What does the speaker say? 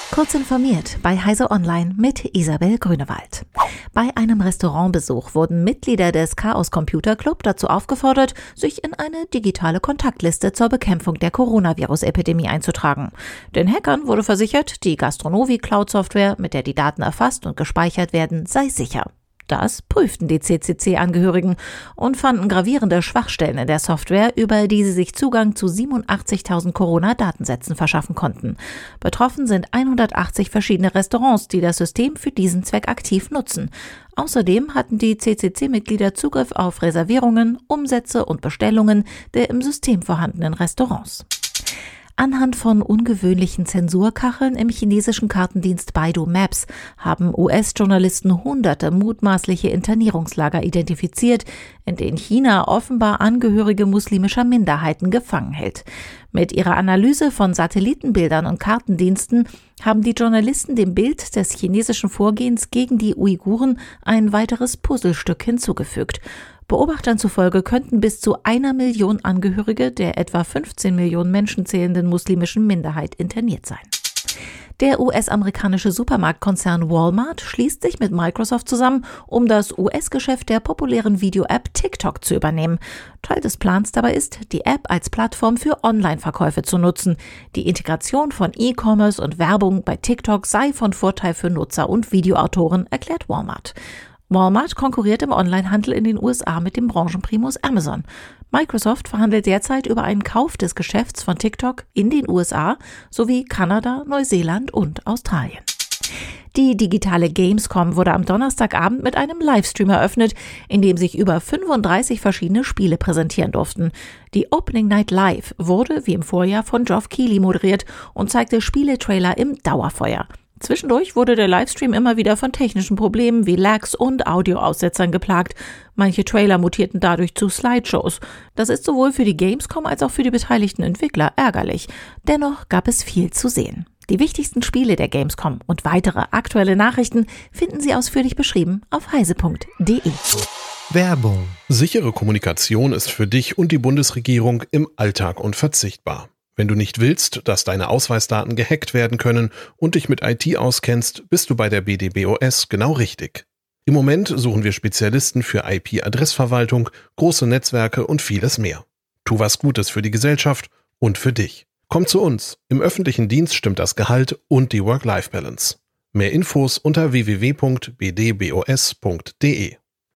Kurz informiert bei Heise Online mit Isabel Grünewald. Bei einem Restaurantbesuch wurden Mitglieder des Chaos Computer Club dazu aufgefordert, sich in eine digitale Kontaktliste zur Bekämpfung der Coronavirus-Epidemie einzutragen. Den Hackern wurde versichert, die Gastronomy-Cloud-Software, mit der die Daten erfasst und gespeichert werden, sei sicher. Das prüften die CCC-Angehörigen und fanden gravierende Schwachstellen in der Software, über die sie sich Zugang zu 87.000 Corona-Datensätzen verschaffen konnten. Betroffen sind 180 verschiedene Restaurants, die das System für diesen Zweck aktiv nutzen. Außerdem hatten die CCC-Mitglieder Zugriff auf Reservierungen, Umsätze und Bestellungen der im System vorhandenen Restaurants. Anhand von ungewöhnlichen Zensurkacheln im chinesischen Kartendienst Baidu Maps haben US-Journalisten hunderte mutmaßliche Internierungslager identifiziert, in denen China offenbar Angehörige muslimischer Minderheiten gefangen hält. Mit ihrer Analyse von Satellitenbildern und Kartendiensten haben die Journalisten dem Bild des chinesischen Vorgehens gegen die Uiguren ein weiteres Puzzlestück hinzugefügt. Beobachtern zufolge könnten bis zu 1 Million Angehörige der etwa 15 Millionen Menschen zählenden muslimischen Minderheit interniert sein. Der US-amerikanische Supermarktkonzern Walmart schließt sich mit Microsoft zusammen, um das US-Geschäft der populären Video-App TikTok zu übernehmen. Teil des Plans dabei ist, die App als Plattform für Online-Verkäufe zu nutzen. Die Integration von E-Commerce und Werbung bei TikTok sei von Vorteil für Nutzer und Videoautoren, erklärt Walmart. Walmart konkurriert im Onlinehandel in den USA mit dem Branchenprimus Amazon. Microsoft verhandelt derzeit über einen Kauf des Geschäfts von TikTok in den USA sowie Kanada, Neuseeland und Australien. Die digitale Gamescom wurde am Donnerstagabend mit einem Livestream eröffnet, in dem sich über 35 verschiedene Spiele präsentieren durften. Die Opening Night Live wurde, wie im Vorjahr, von Geoff Keighley moderiert und zeigte Spieletrailer im Dauerfeuer. Zwischendurch wurde der Livestream immer wieder von technischen Problemen wie Lags und Audioaussetzern geplagt. Manche Trailer mutierten dadurch zu Slideshows. Das ist sowohl für die Gamescom als auch für die beteiligten Entwickler ärgerlich. Dennoch gab es viel zu sehen. Die wichtigsten Spiele der Gamescom und weitere aktuelle Nachrichten finden Sie ausführlich beschrieben auf heise.de. Werbung. Sichere Kommunikation ist für dich und die Bundesregierung im Alltag unverzichtbar. Wenn du nicht willst, dass deine Ausweisdaten gehackt werden können und dich mit IT auskennst, bist du bei der BDBOS genau richtig. Im Moment suchen wir Spezialisten für IP-Adressverwaltung, große Netzwerke und vieles mehr. Tu was Gutes für die Gesellschaft und für dich. Komm zu uns. Im öffentlichen Dienst stimmt das Gehalt und die Work-Life-Balance. Mehr Infos unter www.bdbos.de.